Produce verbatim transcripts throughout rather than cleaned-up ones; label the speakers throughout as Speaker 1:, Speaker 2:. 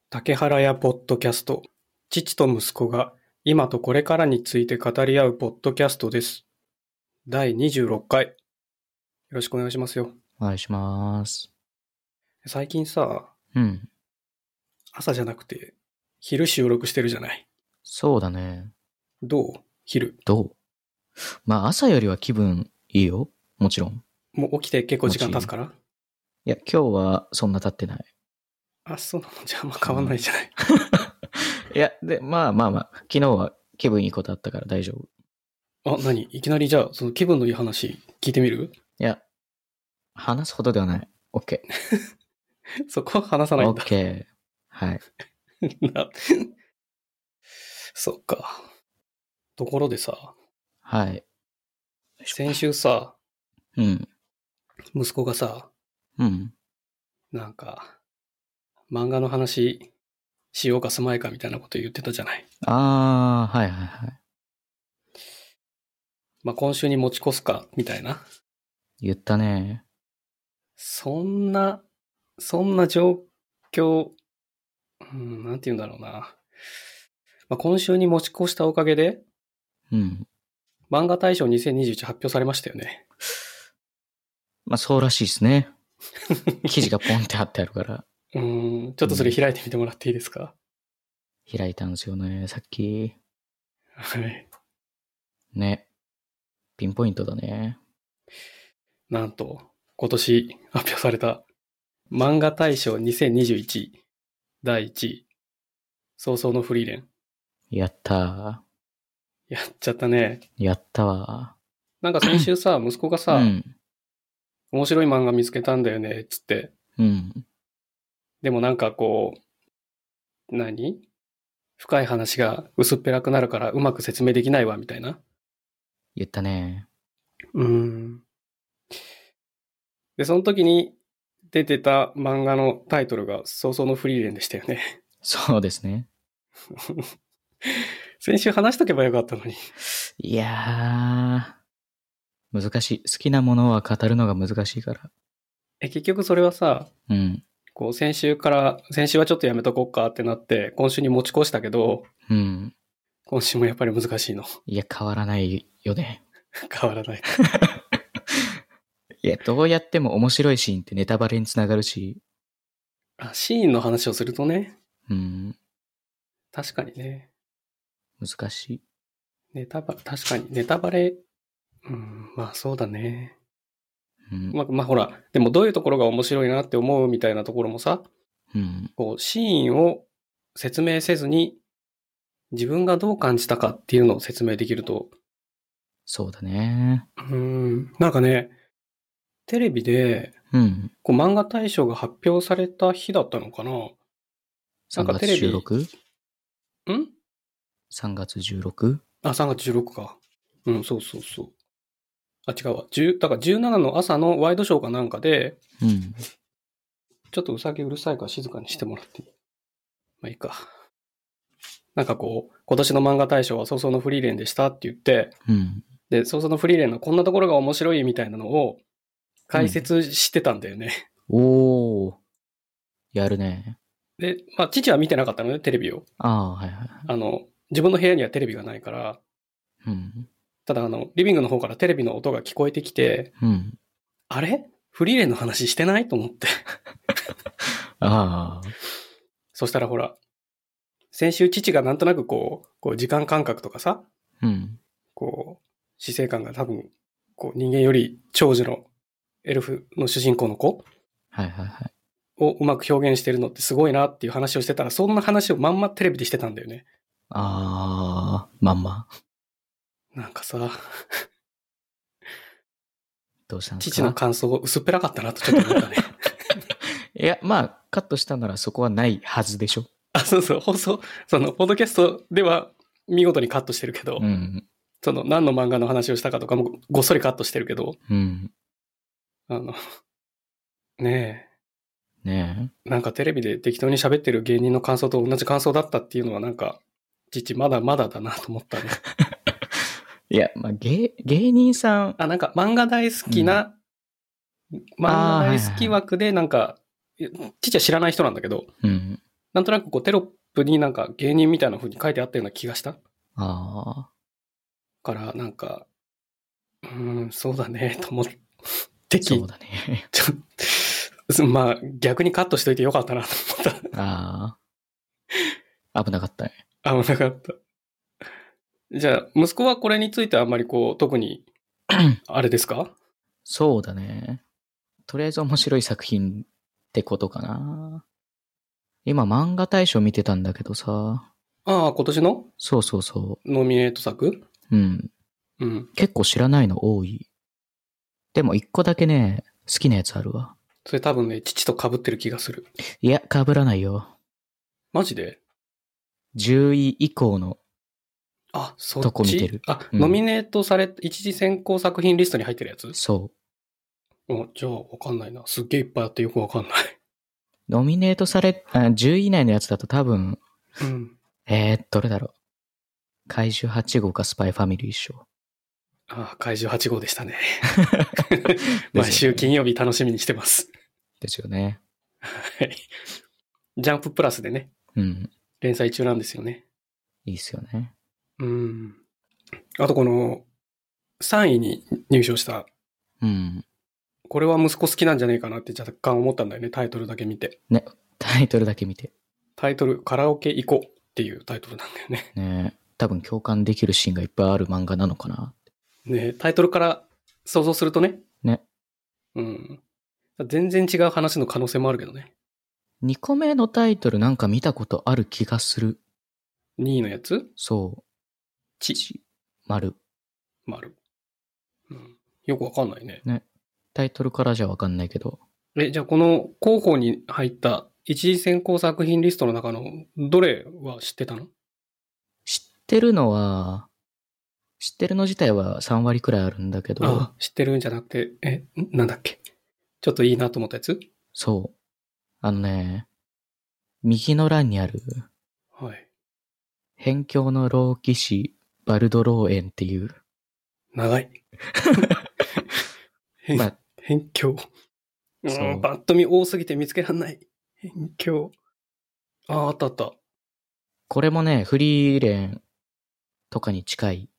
Speaker 1: 竹原屋ポッドキャスト。父と息子が今とこれからについて語り合うポッドキャストです。だいにじゅうろっかい。よろしくお願いしますよ。
Speaker 2: お願いします。
Speaker 1: 最近さ、
Speaker 2: うん。
Speaker 1: 朝じゃなくて昼収録してるじゃない。
Speaker 2: そうだね。
Speaker 1: どう？昼。
Speaker 2: どう？まあ朝よりは気分いいよ。もちろん。
Speaker 1: もう起きて結構時間経つから？
Speaker 2: いや、今日はそんな経ってない。
Speaker 1: あ、そうなの？じゃああんま変わんないじゃない。
Speaker 2: いや、で、まあまあまあ、昨日は気分いいことあったから大丈夫。
Speaker 1: あ、何？いきなりじゃあその気分のいい話聞いてみる？
Speaker 2: いや、話すほどではない。OK。
Speaker 1: そこは話さないんだ。
Speaker 2: OK。はい。
Speaker 1: なそっか。ところでさ、
Speaker 2: はい。
Speaker 1: 先週さ、
Speaker 2: うん。
Speaker 1: 息子がさ、
Speaker 2: うん。
Speaker 1: なんか、漫画の話しようかすまいかみたいなこと言ってたじゃない。
Speaker 2: あー、はいはいはい。
Speaker 1: まあ、今週に持ち越すか、みたいな。
Speaker 2: 言ったね。
Speaker 1: そんな、そんな状況、うん、なんて言うんだろうな。まあ、今週に持ち越したおかげで、
Speaker 2: うん。
Speaker 1: 漫画大賞にせんにじゅういち発表されましたよね。
Speaker 2: まあそうらしいですね。記事がポンって貼ってあるから。
Speaker 1: うん、ちょっとそれ開いてみてもらっていいですか？
Speaker 2: 開いたんですよね、さっき。
Speaker 1: はい。
Speaker 2: ね。ピンポイントだね。
Speaker 1: なんと、今年発表された漫画大賞にせんにじゅういちだいいちい、早々のフリーレン。
Speaker 2: やった
Speaker 1: やっちゃったね。
Speaker 2: ー。やったわ。
Speaker 1: なんか先週さ、息子がさ、
Speaker 2: うん。
Speaker 1: 面白い漫画見つけたんだよね、つって。
Speaker 2: うん。
Speaker 1: でもなんかこう、何？深い話が薄っぺらくなるからうまく説明できないわ、みたいな。
Speaker 2: 言ったね。
Speaker 1: うーん。で、その時に出てた漫画のタイトルが早々のフリーレンでしたよね。
Speaker 2: そうですね。
Speaker 1: 先週話しとけばよかったのに。
Speaker 2: いやー、難しい。好きなものは語るのが難しいから。
Speaker 1: え、結局それはさ、
Speaker 2: うん。
Speaker 1: こう先週から、先週はちょっとやめとこっかってなって、今週に持ち越したけど、
Speaker 2: うん。
Speaker 1: 今週もやっぱり難しいの。
Speaker 2: いや、変わらないよね。
Speaker 1: 変わらない。
Speaker 2: いや、どうやっても面白いシーンってネタバレにつながるし。
Speaker 1: あ、シーンの話をするとね。
Speaker 2: うん。
Speaker 1: 確かにね。
Speaker 2: 難しい。
Speaker 1: ネタバレ、確かにネタバレ、うん、まあそうだね。
Speaker 2: うん。
Speaker 1: まあ、まあほら、でもどういうところが面白いなって思うみたいなところもさ、
Speaker 2: うん。
Speaker 1: こう、シーンを説明せずに、自分がどう感じたかっていうのを説明できると、
Speaker 2: そうだね。
Speaker 1: うん、なんかね、テレビで、
Speaker 2: うん。
Speaker 1: こう漫画大賞が発表された日だったのかな？なん
Speaker 2: 3月
Speaker 1: かテレビ、
Speaker 2: じゅうろく?
Speaker 1: ん
Speaker 2: さんがつじゅうろく?
Speaker 1: あ、さんがつじゅうろくか。うん、そうそうそう。あ、違うわ。じゅう、だからじゅうしちの朝のワイドショーかなんかで、
Speaker 2: うん。
Speaker 1: ちょっとうさぎうるさいから静かにしてもらっていい？まあいいか。なんかこう、今年の漫画大賞は早々のフリーレンでしたって言って、
Speaker 2: うん。
Speaker 1: で、早々のフリーレンのこんなところが面白いみたいなのを解説してたんだよね。
Speaker 2: うん、おー。やるね。
Speaker 1: で、まあ父は見てなかったのね、テレビを。
Speaker 2: ああ、はいはい。
Speaker 1: あの、自分の部屋にはテレビがないから、
Speaker 2: うん。
Speaker 1: ただあの、リビングの方からテレビの音が聞こえてきて、
Speaker 2: うん。
Speaker 1: あれ？フリーレンの話してない？と思って。
Speaker 2: ああ。
Speaker 1: そしたらほら、先週父がなんとなくこう、こう時間感覚とかさ、
Speaker 2: うん。
Speaker 1: こう、死生観が多分、こう人間より長寿のエルフの主人公の子
Speaker 2: はいはいはい。
Speaker 1: をうまく表現してるのってすごいなっていう話をしてたら、そんな話をまんまテレビでしてたんだよね。
Speaker 2: ああ、まんま。
Speaker 1: なんかさ、
Speaker 2: どうしたんですか？
Speaker 1: 父の感想薄っぺらかったなとちょっと思ったね。
Speaker 2: いや、まあ、カットしたならそこはないはずでしょ。
Speaker 1: あ、そうそう、放送、その、ポッドキャストでは見事にカットしてるけど、
Speaker 2: うん。
Speaker 1: その、何の漫画の話をしたかとかもごっそりカットしてるけど、
Speaker 2: うん。
Speaker 1: あの、ね
Speaker 2: ね
Speaker 1: え、なんかテレビで適当に喋ってる芸人の感想と同じ感想だったっていうのはなんか、父まだまだだなと思ったね。
Speaker 2: いや、まあ、芸、芸人さん。
Speaker 1: あ、なんか漫画大好きな、うん、漫画大好き枠でなんか、父は知らない人なんだけど、
Speaker 2: うん。
Speaker 1: なんとなくこうテロップになんか芸人みたいな風に書いてあったような気がした
Speaker 2: ああ。
Speaker 1: から、なんか、うーん、そうだね、と思ってき、
Speaker 2: そうだね。
Speaker 1: ちょまあ、逆にカットしといてよかったなと思っ
Speaker 2: ああ。危なかったね。
Speaker 1: た。危なかった。じゃあ、息子はこれについてはあんまりこう、特に、あれですか？
Speaker 2: そうだね。とりあえず面白い作品ってことかな。今漫画大賞見てたんだけどさ。
Speaker 1: ああ、今年の
Speaker 2: そうそうそ
Speaker 1: ノミネート作？
Speaker 2: う。うん。
Speaker 1: うん。
Speaker 2: 結構知らないの多い。でも一個だけね、好きなやつあるわ。
Speaker 1: それ多分ね、父と被ってる気がする。
Speaker 2: いや、被らないよ。
Speaker 1: マジで？
Speaker 2: じゅうい以降の
Speaker 1: あ、そっち
Speaker 2: とこ見てる。
Speaker 1: あ、
Speaker 2: うん
Speaker 1: ノミネートされ、一次選考作品リストに入ってるやつ？
Speaker 2: そう。
Speaker 1: お、じゃあわかんないな。すっげえいっぱいあってよくわかんない。
Speaker 2: ノミネートされ、あじゅうい以内のやつだと多分、
Speaker 1: うん。
Speaker 2: えー、どれだろう。怪獣はち号かスパイファミリー一緒。
Speaker 1: ああ、怪獣はち号でしたね。毎週金曜日楽しみにしてます。
Speaker 2: ですよね。
Speaker 1: はい。ジャンププラスでね、
Speaker 2: うん。
Speaker 1: 連載中なんですよね。
Speaker 2: いいっすよね。
Speaker 1: うん。あとこの、さんいに入賞した、
Speaker 2: うん。
Speaker 1: これは息子好きなんじゃねえかなって若干思ったんだよね、タイトルだけ見て。
Speaker 2: ね、タイトルだけ見て。
Speaker 1: タイトル、カラオケ行こうっていうタイトルなんだよね。
Speaker 2: ね多分共感できるシーンがいっぱいある漫画なのかな。
Speaker 1: ねタイトルから想像するとね。
Speaker 2: ね。
Speaker 1: うん。全然違う話の可能性もあるけどね。
Speaker 2: にこめのタイトルなんか見たことある気がする。
Speaker 1: にいのやつ？
Speaker 2: そう。
Speaker 1: ち、
Speaker 2: ち、丸。
Speaker 1: 丸。うん。よくわかんないね。
Speaker 2: ね。タイトルからじゃわかんないけど。
Speaker 1: え、じゃあこの候補に入った一次選考作品リストの中のどれは知ってたの？
Speaker 2: 知ってるのは、知ってるの自体はさん割くらいあるんだけど。
Speaker 1: あ、知ってるんじゃなくて、え、なんだっけ？ちょっといいなと思ったやつ？
Speaker 2: そう。あのね、右の欄にある、
Speaker 1: はい。
Speaker 2: 辺境の老騎士バルドローエンっていう。
Speaker 1: 長い。
Speaker 2: まあ、
Speaker 1: 辺境。う
Speaker 2: そう。
Speaker 1: ん、パッと見多すぎて見つけらんない。辺境。あ、あったあった。
Speaker 2: これもね、フリーレンとかに近い。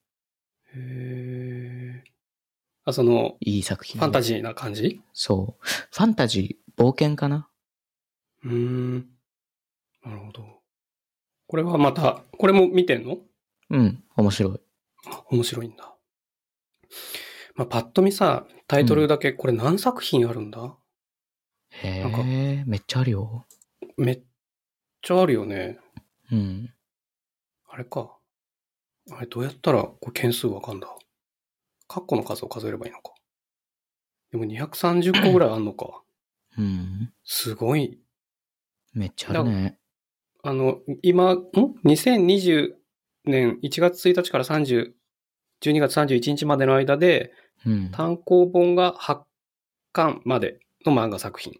Speaker 1: へー。あ、その、
Speaker 2: いい作品。
Speaker 1: ファンタジーな感じ？
Speaker 2: そう。ファンタジー、冒険かな？
Speaker 1: うーん。なるほど。これはまた、これも見てんの？
Speaker 2: うん、面白い。
Speaker 1: あ、面白いんだ。まあ、パッと見さ、タイトルだけ、これ何作品あるんだ？
Speaker 2: へ
Speaker 1: なんか
Speaker 2: え、めっちゃあるよ。
Speaker 1: めっちゃあるよね。
Speaker 2: うん。
Speaker 1: あれか。あれどうやったらこれ件数わかんだ？カッコの数を数えればいいのか。でもにひゃくさんじゅっこぐらいあんのか。
Speaker 2: うん。
Speaker 1: すごい。
Speaker 2: めっちゃあるね。
Speaker 1: あの、今、ん ?にせんにじゅうねんいちがつついたちからさんじゅう、じゅうにがつさんじゅういちにちまでの間で、
Speaker 2: うん。
Speaker 1: 単行本がはちかんまでの漫画作品。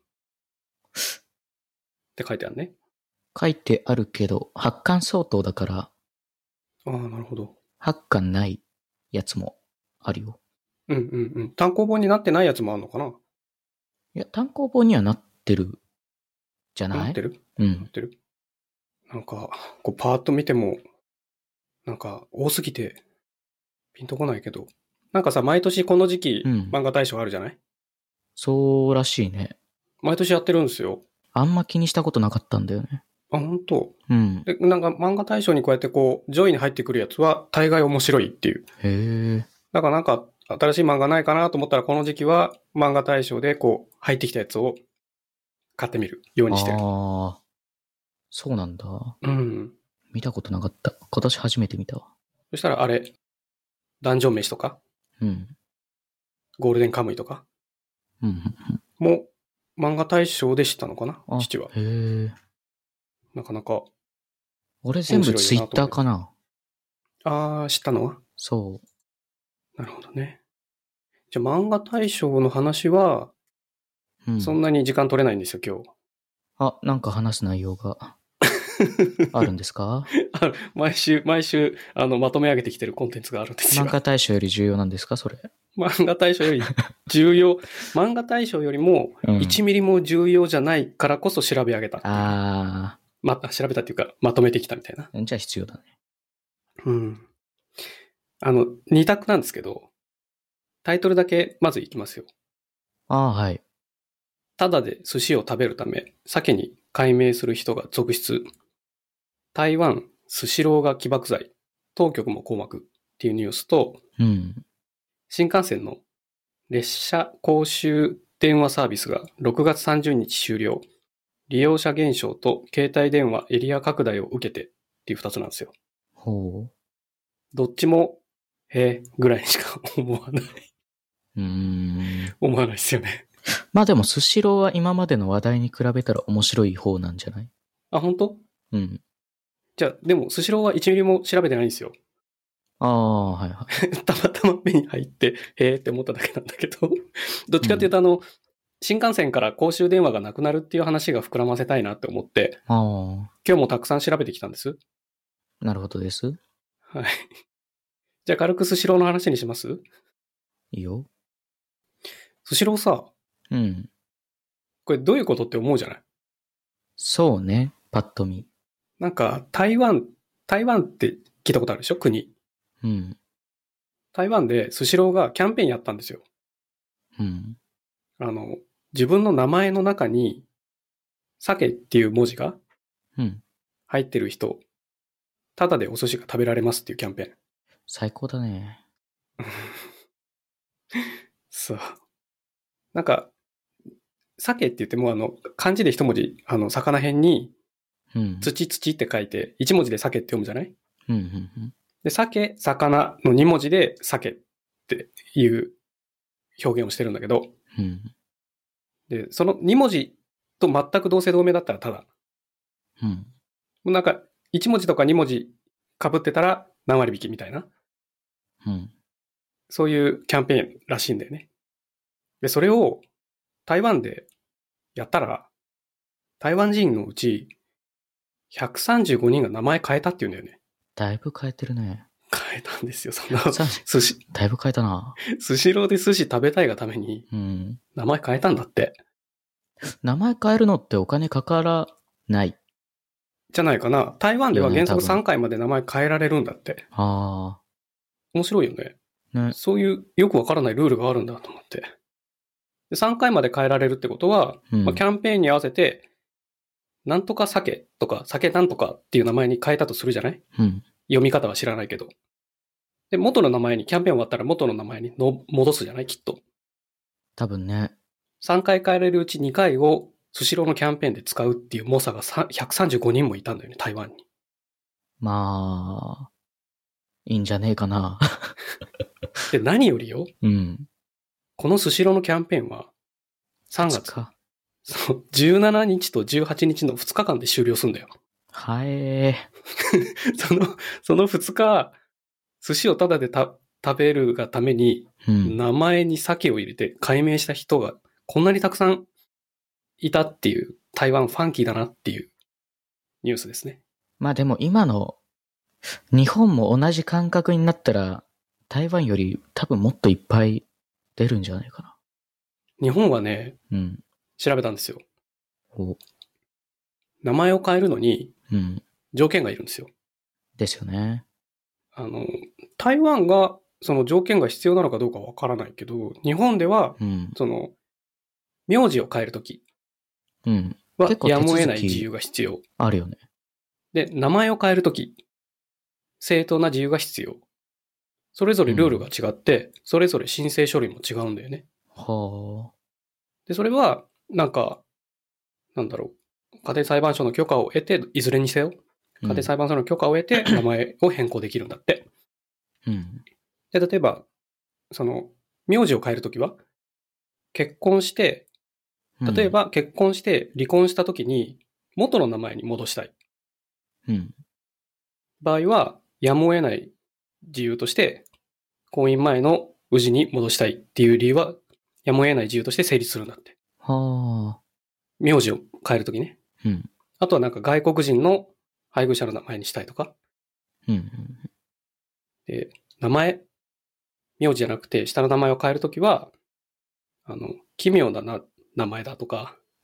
Speaker 1: って書いてあるね。
Speaker 2: 書いてあるけど、はちかん相当だから、
Speaker 1: ああ、なるほど。
Speaker 2: はちかんないやつもあるよ。
Speaker 1: うんうんうん。単行本になってないやつもあるのかな？
Speaker 2: いや、単行本にはなってる。じゃない？
Speaker 1: なってる？
Speaker 2: う。
Speaker 1: なってる。なんか、こうパーッと見ても、なんか多すぎて、ピンとこないけど。なんかさ、毎年この時期、
Speaker 2: うん
Speaker 1: 漫画大賞あるじゃない？
Speaker 2: そうらしいね。
Speaker 1: 毎年やってるんですよ。
Speaker 2: あんま気にしたことなかったんだよね。
Speaker 1: あ、本当？
Speaker 2: うん。
Speaker 1: で、なんか漫画大賞にこうやってこう、上位に入ってくるやつは、大概面白いっていう。
Speaker 2: へえ。
Speaker 1: だからなんか、新しい漫画ないかなと思ったら、この時期は漫画大賞でこう、入ってきたやつを買ってみるようにしてる。
Speaker 2: ああ。そうなんだ。
Speaker 1: うん。
Speaker 2: 見たことなかった。今年初めて見たわ。
Speaker 1: そしたらあれ、ダンジョン飯とか、
Speaker 2: うん。
Speaker 1: ゴールデンカムイとか
Speaker 2: うんうんうん。
Speaker 1: も漫画大賞で知ったのかな、
Speaker 2: あ、
Speaker 1: 父は。
Speaker 2: へえ。
Speaker 1: なかなか。
Speaker 2: 俺全部ツイッターかな。
Speaker 1: ああ、知ったのは？
Speaker 2: そ
Speaker 1: なるほどね。じゃあ漫画大賞の話は、
Speaker 2: う。うん。
Speaker 1: そんなに時間取れないんですよ、今日。
Speaker 2: あ、なんか話す内容があるんですか？
Speaker 1: あ毎週、毎週、あの、まとめ上げてきてるコンテンツがあるんですよ。
Speaker 2: 漫画大賞より重要なんですかそれ。
Speaker 1: 漫画大賞より重要、漫画大賞よりもいちミリも重要じゃないからこそ調べ上げたっていう。
Speaker 2: あ
Speaker 1: ま、調べたっていうか、まとめてきたみたいな。
Speaker 2: じゃあ必要だね。
Speaker 1: うん。あの、二択なんですけど、タイトルだけまずいきますよ。
Speaker 2: ああ、はい。
Speaker 1: ただで寿司を食べるため、鮭に改名する人が続出。台湾スシローが起爆剤。当局も困惑っていうニュースと、
Speaker 2: うん。
Speaker 1: 新幹線の列車公衆電話サービスがろくがつさんじゅうにち終了。利用者減少と携帯電話エリア拡大を受けてっていう二つなんですよ。
Speaker 2: ほ
Speaker 1: どっちも、へえ、ぐらいしか思わない。
Speaker 2: う。うーん。
Speaker 1: 思わないですよね。
Speaker 2: まあでも、スシローは今までの話題に比べたら面白い方なんじゃない？
Speaker 1: あ、本当？
Speaker 2: うん。
Speaker 1: じゃあ、でも、スシローはいちミリも調べてないんですよ。
Speaker 2: ああ、はいはい。
Speaker 1: たまたま目に入って、へーって思っただけなんだけど、どっちかっていうと、あの、新幹線から公衆電話がなくなるっていう話が膨らませたいなって思って、
Speaker 2: あ
Speaker 1: 今日もたくさん調べてきたんです。
Speaker 2: あ、なるほどです。
Speaker 1: はい。じゃあ、軽くスシローの話にします？
Speaker 2: いいよ。
Speaker 1: スシローさ、
Speaker 2: うん。
Speaker 1: これどういうことって思うじゃない？
Speaker 2: そうね。パッと見。
Speaker 1: なんか、台湾、台湾って聞いたことあるでしょ？国。
Speaker 2: うん。
Speaker 1: 台湾でスシローがキャンペーンやったんですよ。
Speaker 2: うん。
Speaker 1: あの、自分の名前の中に、鮭っていう文字が
Speaker 2: うん。
Speaker 1: 入ってる人、ただでお寿司が食べられますっていうキャンペーン。
Speaker 2: 最高だね。
Speaker 1: さあ。なんか、鮭って言ってもあの、漢字で一文字、あの、魚辺に、
Speaker 2: うん。
Speaker 1: 土土って書いて、一文字で鮭って読むじゃない？
Speaker 2: うん。うん。
Speaker 1: で、鮭、魚の二文字で鮭っていう表現をしてるんだけど、
Speaker 2: うん。
Speaker 1: で、その二文字と全く同姓同名だったらただ。
Speaker 2: うん。
Speaker 1: もうなんか、一文字とか二文字被ってたら何割引きみたいな。
Speaker 2: うん。
Speaker 1: そういうキャンペーンらしいんだよね。で、それを台湾でやったら、台湾人のうちひゃくさんじゅうごにんが名前変えたっていうんだよね。
Speaker 2: だいぶ変えてるね。
Speaker 1: 変えたんですよ。その、
Speaker 2: さ
Speaker 1: 寿司、
Speaker 2: だいぶ変えたな。
Speaker 1: スシローで寿司食べたいがために
Speaker 2: うん。
Speaker 1: 名前変えたんだって。
Speaker 2: 名前変えるのってお金かからない。
Speaker 1: じゃないかな。台湾では
Speaker 2: よね
Speaker 1: 原則
Speaker 2: 多分
Speaker 1: さんかいまで名前変えられるんだって。
Speaker 2: あ
Speaker 1: 面白いよね。
Speaker 2: あ。ね。
Speaker 1: そういうよくわからないルールがあるんだと思って。でさんかいまで変えられるってことは、
Speaker 2: うん。
Speaker 1: まあ、キャンペーンに合わせて、なんとか鮭とか、鮭なんとかっていう名前に変えたとするじゃない？
Speaker 2: うん。
Speaker 1: 読み方は知らないけど。で、元の名前に、キャンペーン終わったら元の名前にの戻すじゃない？きっと。
Speaker 2: 多分ね。
Speaker 1: さんかい変えられるうちにかいをスシローのキャンペーンで使うっていう猛者がひゃくさんじゅうごにんもいたんだよね、台湾に。
Speaker 2: まあ、いいんじゃねえかな。
Speaker 1: で、何よりよ、
Speaker 2: うん。
Speaker 1: このスシローのキャンペーンはさんがつ、
Speaker 2: か。
Speaker 1: そう、じゅうしちにちとじゅうはちにちのふつかかんで終了するんだよ。
Speaker 2: はえ
Speaker 1: その、そのふつか、寿司をタダでた食べるがために、
Speaker 2: ー。うん。
Speaker 1: 名前に鮭を入れて改名した人がこんなにたくさんいたっていう、台湾ファンキーだなっていうニュースですね。
Speaker 2: まあでも今の、日本も同じ感覚になったら、台湾より多分もっといっぱい出るんじゃないかな。
Speaker 1: 日本はね、
Speaker 2: うん。
Speaker 1: 調べたんですよ。
Speaker 2: お
Speaker 1: 名前を変えるのに
Speaker 2: うん。
Speaker 1: 条件がいるんですよ。
Speaker 2: ですよね。
Speaker 1: あの、台湾がその条件が必要なのかどうかわからないけど、日本では、
Speaker 2: うん。
Speaker 1: その、名字を変えるとき
Speaker 2: うん。
Speaker 1: は
Speaker 2: 結構
Speaker 1: やむを
Speaker 2: 手続き
Speaker 1: 得ない自由が必要。
Speaker 2: あるよね。
Speaker 1: で、名前を変えるとき、正当な自由が必要。それぞれルールが違って、うん、それぞれ申請書類も違うんだよね。
Speaker 2: はあ。
Speaker 1: で、それは、なんか、なんだろう。家庭裁判所の許可を得て、いずれにせよ、家庭裁判所の許可を得て、名前を変更できるんだって。
Speaker 2: うん。
Speaker 1: で、例えば、その、名字を変えるときは、結婚して、例えば結婚して離婚したときに、元の名前に戻したい。
Speaker 2: うん。
Speaker 1: 場合は、やむを得ない自由として、婚姻前の氏に戻したいっていう理由は、やむを得ない自由として成立するんだって。
Speaker 2: はあ。
Speaker 1: 名字を変えるときね。
Speaker 2: うん。
Speaker 1: あとはなんか外国人の配偶者の名前にしたいとか。
Speaker 2: うん。
Speaker 1: で、名前、名字じゃなくて下の名前を変えるときは、あの、奇妙なな名前だとか、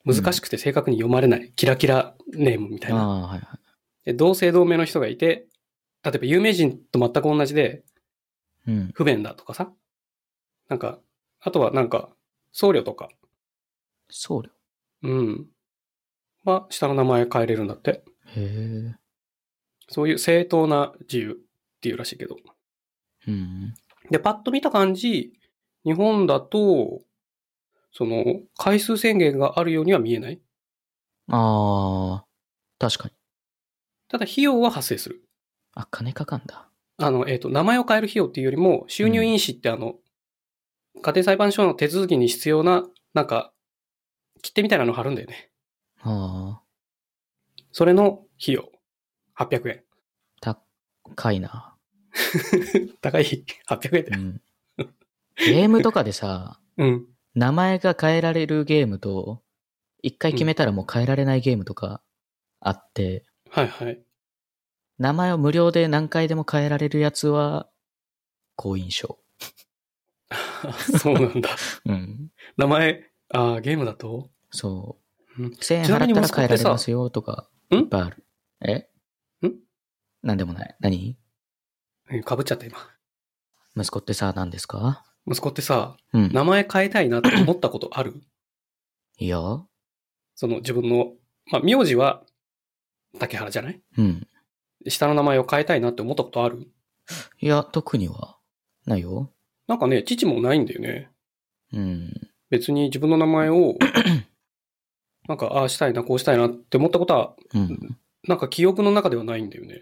Speaker 1: 難しくて正確に読まれない、うん、キラキラネームみたいな。
Speaker 2: あ、はいはい、
Speaker 1: で同姓同名の人がいて、例えば有名人と全く同じで、
Speaker 2: うん、
Speaker 1: 不便だとかさ。なんか、あとはなんか、僧侶とか。
Speaker 2: 僧侶
Speaker 1: うん。は、下の名前変えれるんだって。
Speaker 2: へえ。
Speaker 1: そういう正当な自由っていうらしいけど。
Speaker 2: うん。
Speaker 1: で、パッと見た感じ、日本だと、その、回数制限があるようには見えない。
Speaker 2: ああ、確かに。
Speaker 1: ただ、費用は発生する。
Speaker 2: あ、金かかんだ。
Speaker 1: あの、えっと、名前を変える費用っていうよりも、収入印紙ってあの、うん、家庭裁判所の手続きに必要な、なんか、切手みたいなの貼るんだよね。
Speaker 2: ああ。
Speaker 1: それの費用。はっぴゃくえん。
Speaker 2: 高いな。
Speaker 1: 高い ?はっぴゃくえんだよ、うん。
Speaker 2: ゲームとかでさ、
Speaker 1: うん、
Speaker 2: 名前が変えられるゲームと、一回決めたらもう変えられないゲームとかあって、
Speaker 1: うん、はいはい。
Speaker 2: 名前を無料で何回でも変えられるやつは、好印象。
Speaker 1: そうなんだ。
Speaker 2: うん。
Speaker 1: 名前、ああ、ゲームだと
Speaker 2: そう。
Speaker 1: うん、
Speaker 2: せんえん払ったら変えられますよとか、いっぱいある。え
Speaker 1: ん
Speaker 2: なんでもない。何
Speaker 1: かぶっちゃった今。
Speaker 2: 息子ってさ、何ですか？
Speaker 1: 息子ってさ、
Speaker 2: うん、
Speaker 1: 名前変えたいなって思ったことある？
Speaker 2: いや。
Speaker 1: その自分の、まあ、名字は竹原じゃない？
Speaker 2: うん。
Speaker 1: 下の名前を変えたいなって思ったことある？
Speaker 2: いや、特にはないよ。
Speaker 1: なんかね、父もないんだよね。
Speaker 2: うん。
Speaker 1: 別に自分の名前を、なんか、ああしたいな、こうしたいなって思ったことは、うん、なんか記憶の中ではないんだよね。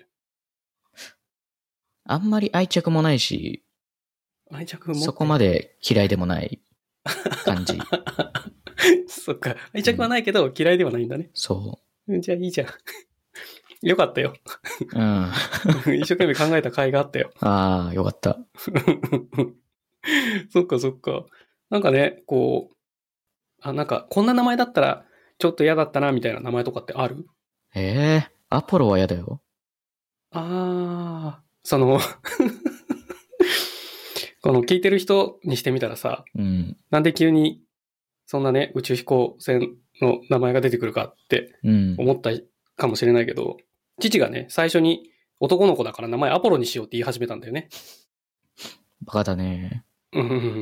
Speaker 2: あんまり愛着もないし、
Speaker 1: 愛着も
Speaker 2: そこまで嫌いでもない感じ。
Speaker 1: そっか。愛着はないけど嫌いではないんだね。うん、
Speaker 2: そう。
Speaker 1: じゃあいいじゃん。よかったよ。うん。一生懸命考えた甲斐があったよ。
Speaker 2: ああ、よかった。
Speaker 1: そっかそっか。なんかね、こう、あ、なんかこんな名前だったらちょっと嫌だったなみたいな名前とかってある？
Speaker 2: ええー、アポロは嫌だよ。
Speaker 1: ああ、その、この聞いてる人にしてみたらさ、
Speaker 2: うん、
Speaker 1: なんで急にそんなね、宇宙飛行船の名前が出てくるかって思ったかもしれないけど、うん、父がね、最初に男の子だから名前アポロにしようって言い始めたんだよね。
Speaker 2: バカだね。
Speaker 1: うん。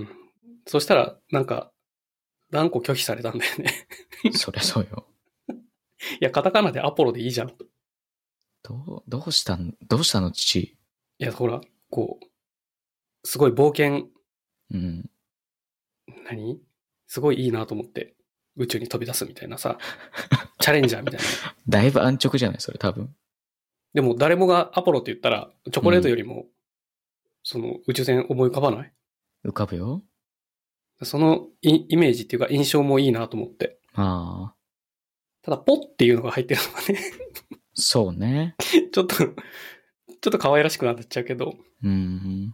Speaker 1: そしたら、なんか、断固拒否されたんだよね。
Speaker 2: そりゃそうよ。
Speaker 1: いや、カタカナでアポロでいいじゃん。
Speaker 2: どう、どうしたん、どうしたの父。い
Speaker 1: や、ほら、こう、すごい冒険。
Speaker 2: うん。
Speaker 1: 何？すごいいいなと思って、宇宙に飛び出すみたいなさ、チャレンジャーみたいな。
Speaker 2: だいぶ安直じゃないそれ多分。
Speaker 1: でも誰もがアポロって言ったら、チョコレートよりも、うん、その宇宙船思い浮かばない？
Speaker 2: 浮かぶよ。
Speaker 1: そのイメージっていうか印象もいいなと思って。
Speaker 2: ああ。
Speaker 1: ただ、ポっていうのが入ってるのがね。
Speaker 2: そうね。
Speaker 1: ちょっと、ちょっと可愛らしくなっちゃうけど。
Speaker 2: うん。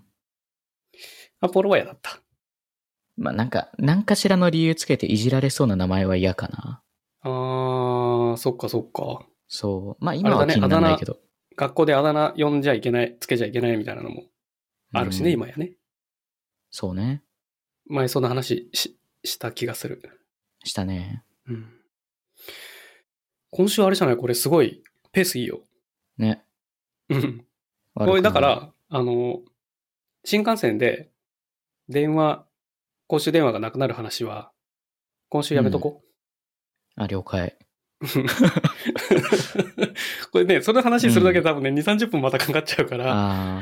Speaker 1: アポロは嫌だった。
Speaker 2: まあ、なんか、何かしらの理由つけていじられそうな名前は嫌かな。
Speaker 1: あー、そっかそっか。
Speaker 2: そう。まあ今は気にならないけど、ね。
Speaker 1: 学校であだ名呼んじゃいけない、つけちゃいけないみたいなのもあるしね、うん、今やね。
Speaker 2: そうね。
Speaker 1: 前そんな話 し, した気がする。
Speaker 2: したね。
Speaker 1: うん。今週あれじゃない？これすごいペースいいよ。
Speaker 2: ね。
Speaker 1: うん。これだから、あの、新幹線で電話、公衆電話がなくなる話は、今週やめとこ。
Speaker 2: うん、あ、了解。
Speaker 1: これね、その話するだけで多分ね、うん、に、さんじゅっぷんまたかかっちゃうから、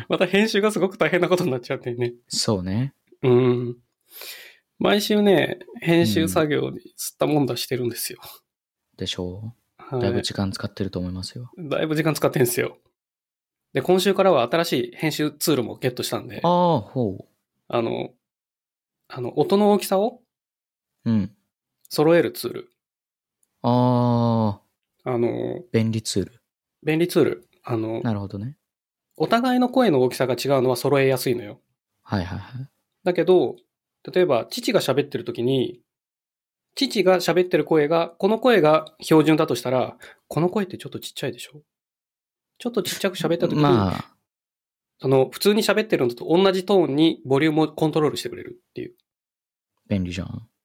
Speaker 1: また編集がすごく大変なことになっちゃうんだよね。
Speaker 2: そうね。
Speaker 1: うん。毎週ね、編集作業に吸ったもんだしてるんですよ。
Speaker 2: でしょう。はい、だいぶ時間使ってると思いますよ。
Speaker 1: だいぶ時間使ってるんですよ。で、今週からは新しい編集ツールもゲットしたんで。
Speaker 2: ああ、ほう。
Speaker 1: あの、あの、音の大きさを、
Speaker 2: うん。
Speaker 1: 揃えるツール。
Speaker 2: あ
Speaker 1: あ。あの、
Speaker 2: 便利ツール。
Speaker 1: 便利ツール。あの、
Speaker 2: なるほどね。
Speaker 1: お互いの声の大きさが違うのは揃えやすいのよ。
Speaker 2: はいはいはい。
Speaker 1: だけど、例えば、父が喋ってる時に、父が喋ってる声が、この声が標準だとしたら、この声ってちょっとちっちゃいでしょ？ちょっとちっちゃく喋った時に、まあ、あの、普通に喋ってるのと同じトーンにボリュームをコントロールしてくれるっていう。
Speaker 2: 便利じゃん。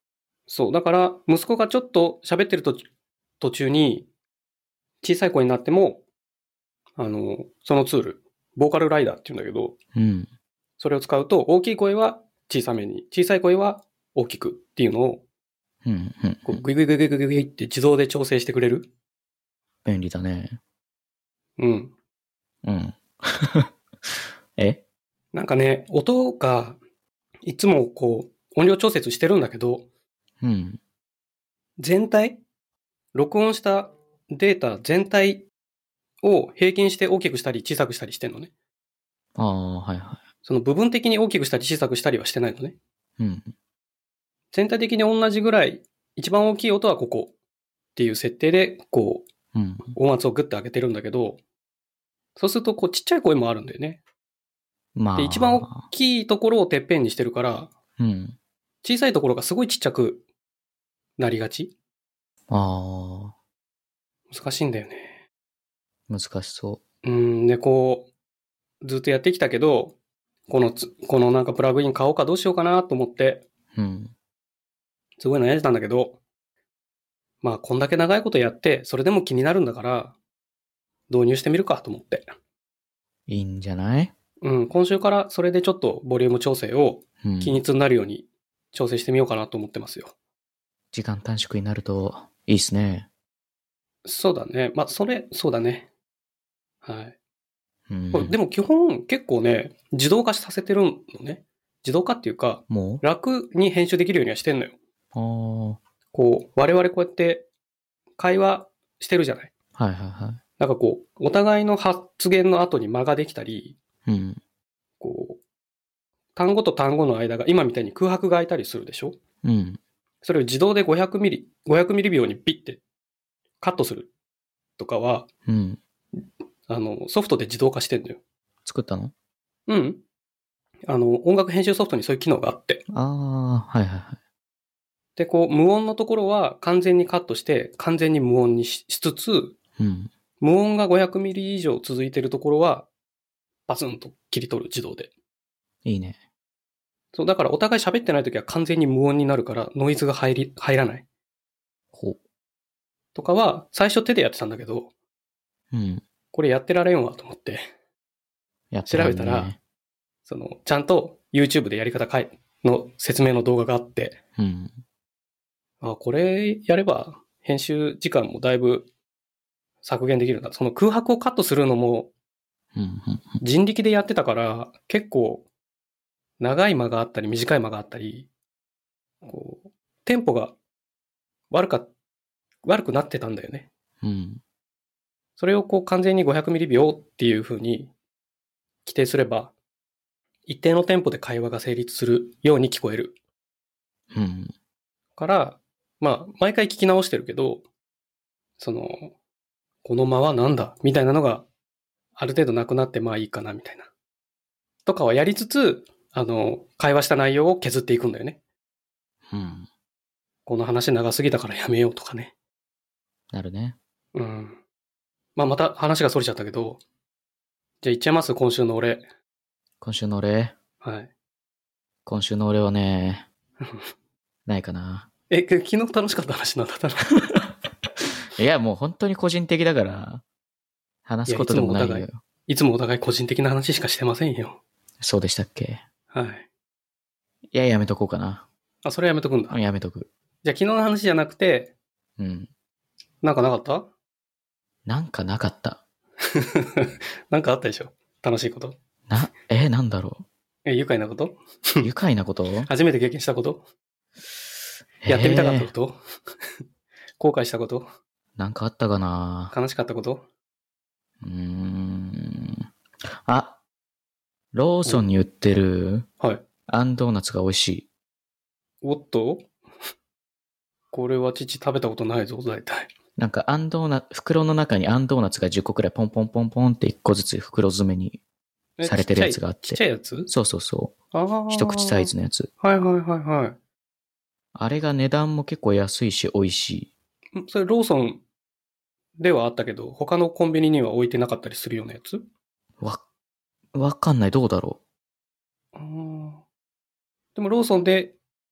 Speaker 1: そう。だから、息子がちょっと喋ってると途中に、小さい声になっても、あの、そのツール、ボーカルライダーって言うんだけど、
Speaker 2: うん。
Speaker 1: それを使うと、大きい声は小さめに、小さい声は大きくっていうのを、
Speaker 2: うん。うん。
Speaker 1: こうグイグイグイグイグイグイって自動で調整してくれる。
Speaker 2: 便利だね。
Speaker 1: うん。
Speaker 2: うん。え
Speaker 1: なんかね、音が、いつもこう、音量調節してるんだけど、
Speaker 2: うん。
Speaker 1: 全体録音したデータ全体を平均して大きくしたり小さくしたりしてんのね。
Speaker 2: ああ、はいは
Speaker 1: その部分的に大きくしたり小さくしたりはしてないのね。
Speaker 2: い。うん。
Speaker 1: 全体的に同じぐらい、一番大きい音はここっていう設定で、こう、
Speaker 2: うん。
Speaker 1: 音圧をグッて上げてるんだけど、そうすると、こう、ちっちゃい声もあるんだよね。
Speaker 2: まあ。
Speaker 1: で、一番大きいところをてっぺんにしてるから、
Speaker 2: うん。
Speaker 1: 小さいところがすごいちっちゃくなりがち。
Speaker 2: ああ、
Speaker 1: 難しいんだよね。
Speaker 2: 難しそ
Speaker 1: うん、で、こう、ずっとやってきたけど、このつ、このなんかプラグイン買おうかどうしようかなと思って、
Speaker 2: う。うん。
Speaker 1: すごい悩んでたんだけど、まあ、こんだけ長いことやって、それでも気になるんだから、導入してみるかと思って。
Speaker 2: いいんじゃない？
Speaker 1: うん、今週からそれでちょっとボリューム調整を
Speaker 2: うん。
Speaker 1: 均一になるように調整してみようかなと思ってますよ。
Speaker 2: 時間短縮になるといいっすね。
Speaker 1: そうだね。まあ、それ、そうだね。はい。
Speaker 2: うん。
Speaker 1: これでも基本結構ね、自動化させてるのね。自動化っていうか、
Speaker 2: も
Speaker 1: 楽に編集できるようにはしてんのよ。
Speaker 2: うあ
Speaker 1: こう、我々こうやって会話してるじゃない。
Speaker 2: あ、はいはいは
Speaker 1: なんかこう、お互いの発言の後に間ができたり、
Speaker 2: い。うん。
Speaker 1: こう、単語と単語の間が今みたいに空白が空いたりするでしょ。
Speaker 2: うん。
Speaker 1: それを自動でごひゃくミリ、ごひゃくミリ秒にピッてカットするとかは、
Speaker 2: うん。
Speaker 1: あの、ソフトで自動化してんのよ。
Speaker 2: 作ったの？
Speaker 1: うん。あの、音楽編集ソフトにそういう機能があって。
Speaker 2: ああ、はいはいはい。
Speaker 1: で、こう、無音のところは完全にカットして完全に無音にしつつ、
Speaker 2: うん。
Speaker 1: 無音がごひゃくミリ以上続いてるところは、バツンと切り取る自動で。
Speaker 2: いいね。
Speaker 1: そう、だからお互い喋ってないときは完全に無音になるからノイズが入り、入らない。
Speaker 2: ほ
Speaker 1: とかは、最初手でやってたんだけど、
Speaker 2: う。うん。
Speaker 1: これやってられんわと思って、
Speaker 2: やってらんね
Speaker 1: 調べたら、その、ちゃんと YouTube でやり方かいの説明の動画があって、
Speaker 2: うん。
Speaker 1: あ、これやれば編集時間もだいぶ削減できるんだ。その空白をカットするのも
Speaker 2: うん。うん。
Speaker 1: 人力でやってたから、結構長い間があったり短い間があったり、こう、テンポが悪か、悪くなってたんだよね。
Speaker 2: うん。
Speaker 1: それをこう完全にごひゃくミリ秒っていう風に規定すれば、一定のテンポで会話が成立するように聞こえる。
Speaker 2: うん。
Speaker 1: から、まあ、毎回聞き直してるけど、その、この間はなんだみたいなのがある程度なくなってまあいいかなみたいな。とかはやりつつ、あの、会話した内容を削っていくんだよね。
Speaker 2: うん。
Speaker 1: この話長すぎたからやめようとかね。
Speaker 2: なるね。
Speaker 1: うん。まあまた話が逸れちゃったけど、じゃあ言っちゃいます今週の俺。
Speaker 2: 今週の俺。
Speaker 1: はい。
Speaker 2: 今週の俺はね、ないかな。
Speaker 1: え、昨日楽しかった話なんだったの？
Speaker 2: いや、もう本当に個人的だから、話すことでもないよ。
Speaker 1: いやいつもお互いつもお互い個人的な話しかしてませんよ。
Speaker 2: そうでしたっけ？
Speaker 1: はい。
Speaker 2: いや、やめとこうかな。
Speaker 1: あ、それやめとくんだ。
Speaker 2: やめとく。
Speaker 1: じゃあ昨日の話じゃなくて、
Speaker 2: うん。
Speaker 1: なんかなかった
Speaker 2: なんかなかった。
Speaker 1: なんかあったでしょ楽しいこと。
Speaker 2: な、え、なんだろ
Speaker 1: え、愉快なこと
Speaker 2: う。愉快なこと
Speaker 1: 初めて経験したことやってみたかったこと、えー、後悔したこと
Speaker 2: なんかあったかな。
Speaker 1: 悲しかったこと
Speaker 2: うーん。あ、ローソンに売ってる、
Speaker 1: はい。
Speaker 2: あんドーナツが美味しい。
Speaker 1: おっとこれは父食べたことないぞ、大体。
Speaker 2: なんかあんドーナツ、袋の中にあんドーナツがじゅっこくらいポンポンポンポンっていっこずつ袋詰めにされてるやつがあって。
Speaker 1: ちっちゃいやつ
Speaker 2: そうそうそう。
Speaker 1: ああ。
Speaker 2: 一口サイズのやつ。
Speaker 1: はいはいはいはい。
Speaker 2: あれが値段も結構安いし美味しい。
Speaker 1: それローソンではあったけど、他のコンビニには置いてなかったりするようなやつ
Speaker 2: わ、わかんない。どうだろ
Speaker 1: う。あでもローソンで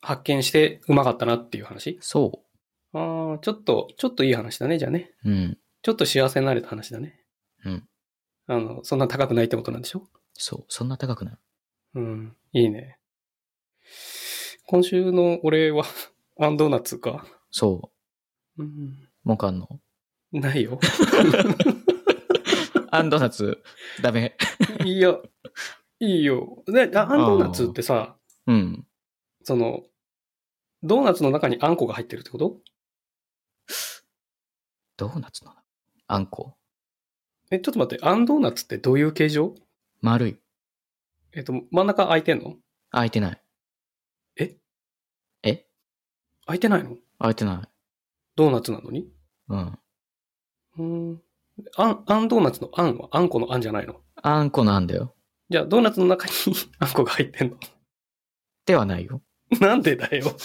Speaker 1: 発見してうまかったなっていう話？
Speaker 2: そ
Speaker 1: ああ、ちょっと、ちょっといい話だね、じゃあね。
Speaker 2: う。うん。
Speaker 1: ちょっと幸せになれた話だね。
Speaker 2: うん。
Speaker 1: あの、そんな高くないってことなんでしょ？
Speaker 2: そう。そんな高くない。
Speaker 1: うん、いいね。今週の俺は、アンドーナツか。
Speaker 2: そ
Speaker 1: うん、
Speaker 2: う。もうかんの
Speaker 1: ないよ。
Speaker 2: アンドーナツ、ダメ。
Speaker 1: いや、いいよ。で、アンドーナツってさ、
Speaker 2: うん。
Speaker 1: その、ドーナツの中にあんこが入ってるってこと？
Speaker 2: ドーナツのあんこ。
Speaker 1: え、ちょっと待って、アンドーナツってどういう形状？
Speaker 2: 丸い。
Speaker 1: えっと、真ん中空いてんの？
Speaker 2: 開いてない。
Speaker 1: え
Speaker 2: え
Speaker 1: 空いてないの？
Speaker 2: 開いてない。
Speaker 1: ドーナツなのに？
Speaker 2: うん。
Speaker 1: うーん。あん、あんドーナツのあんはあんこのあんじゃないの？
Speaker 2: あんこのあんだよ。
Speaker 1: じゃあ、ドーナツの中にあんこが入ってんの？
Speaker 2: ではないよ。
Speaker 1: なんでだよ。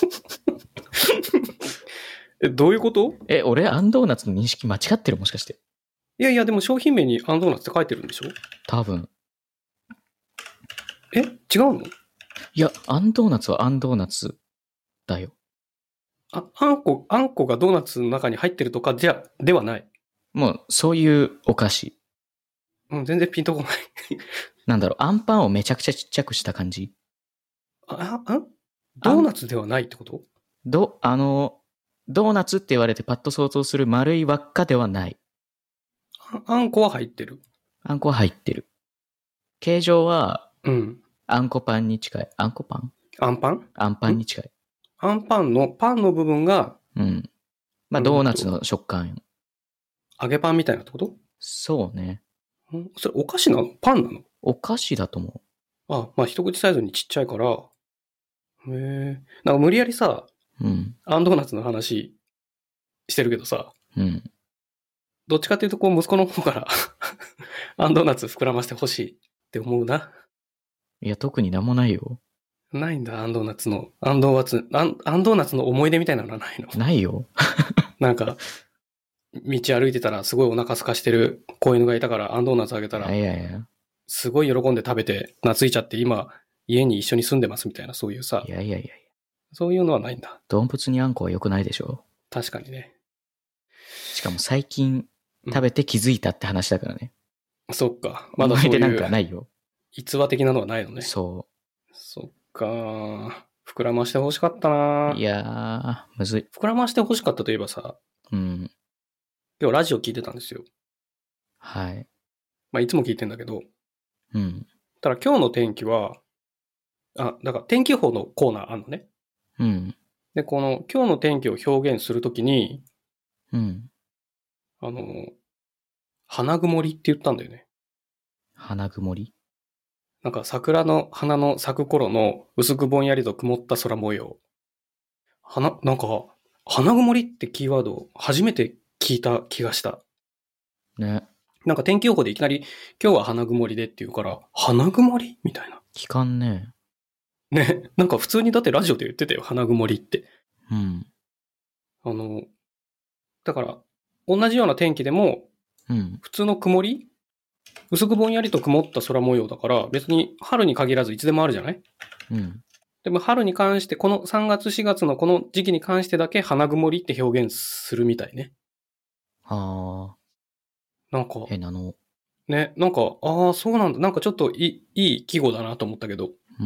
Speaker 1: え、どういうこと？
Speaker 2: え、俺、アンドーナツの認識間違ってるもしかして。
Speaker 1: いやいや、でも商品名にアンドーナツって書いてるんでしょ？
Speaker 2: 多分。
Speaker 1: え違うの？
Speaker 2: いや、アンドーナツはアンドーナツだよ。
Speaker 1: あ、あんこ、あんこがドーナツの中に入ってるとかじゃ、ではない。
Speaker 2: もう、そういうお菓子。
Speaker 1: うん、全然ピンとこない。
Speaker 2: なんだろう、アンパンをめちゃくちゃちっちゃくした感じ。
Speaker 1: あ、あ、んドーナツではないってこと？
Speaker 2: ど、あの、ドーナツって言われてパッと想像する丸い輪っかではない。
Speaker 1: あ、あんこは入ってる。
Speaker 2: あんこは入ってる。形状は、
Speaker 1: うん。
Speaker 2: あんこパンに近い。あんこパン
Speaker 1: あんパン？
Speaker 2: あんパンに近い。
Speaker 1: あんパンの、パンの部分が、
Speaker 2: うん。まあ、ドーナツの食感。
Speaker 1: 揚げパンみたいなってこと？
Speaker 2: そうね。
Speaker 1: んそれお菓子なの？パンなの？
Speaker 2: お菓子だと思
Speaker 1: あ、まあ一口サイズにちっちゃいから。へえ。なんか無理やりさ、
Speaker 2: う。うん。
Speaker 1: アンドーナツの話してるけどさ、
Speaker 2: うん。
Speaker 1: どっちかっていうとこう息子の方からアンドーナツ膨らましてほしいって思うな。
Speaker 2: いや、特になんもないよ。
Speaker 1: ないんだ、アンドーナツの。アンドーナツ、アンアンドーナツの思い出みたいなのはないの？
Speaker 2: ないよ。
Speaker 1: なんか、道歩いてたらすごいお腹空かしてる子犬がいたからアンドーナツあげたら
Speaker 2: いや、いやいや。
Speaker 1: すごい喜んで食べて懐いちゃって今家に一緒に住んでますみたいなそういうさ、
Speaker 2: いやいやいや。
Speaker 1: そういうのはないんだ。
Speaker 2: 動物にあんこは良くないでしょ。
Speaker 1: 確かにね。
Speaker 2: しかも最近食べて気づいたって話だからね。
Speaker 1: うん、そっか。まだそう
Speaker 2: 思い出なん
Speaker 1: いう
Speaker 2: かないよ。
Speaker 1: 逸話的なのはないのね。
Speaker 2: そ
Speaker 1: そっか。膨らまして欲しかったな。
Speaker 2: いやー、むずい。
Speaker 1: 膨らまして欲しかったといえばさ、
Speaker 2: うん。
Speaker 1: 今日ラジオ聞いてたんですよ。
Speaker 2: はい。
Speaker 1: まあいつも聞いてんだけど、
Speaker 2: うん。
Speaker 1: ただ今日の天気は、あ、だから天気予報のコーナーあんのね。
Speaker 2: うん。
Speaker 1: で、この今日の天気を表現するときに、
Speaker 2: うん。
Speaker 1: あの、花曇りって言ったんだよね。
Speaker 2: 花曇り
Speaker 1: なんか桜の花の咲く頃の薄くぼんやりと曇った空模様。花、なんか、花曇りってキーワードを初めて聞いた気がした。
Speaker 2: ね。
Speaker 1: なんか天気予報でいきなり今日は花曇りでって言うから、花曇りみたいな。
Speaker 2: 聞かんね。
Speaker 1: ね。なんか普通にだってラジオで言ってたよ、花曇りって。
Speaker 2: うん。
Speaker 1: あの、だから、同じような天気でも、
Speaker 2: うん。
Speaker 1: 普通の曇り薄くぼんやりと曇った空模様だから、別に春に限らずいつでもあるじゃない？
Speaker 2: うん。
Speaker 1: でも春に関して、このさんがつしがつのこの時期に関してだけ花曇りって表現するみたいね。
Speaker 2: あ
Speaker 1: なんか、
Speaker 2: ー。変なの。
Speaker 1: ね、なんか、ああ、そうなんだ。なんかちょっといい、いい季語だなと思ったけど、
Speaker 2: うん。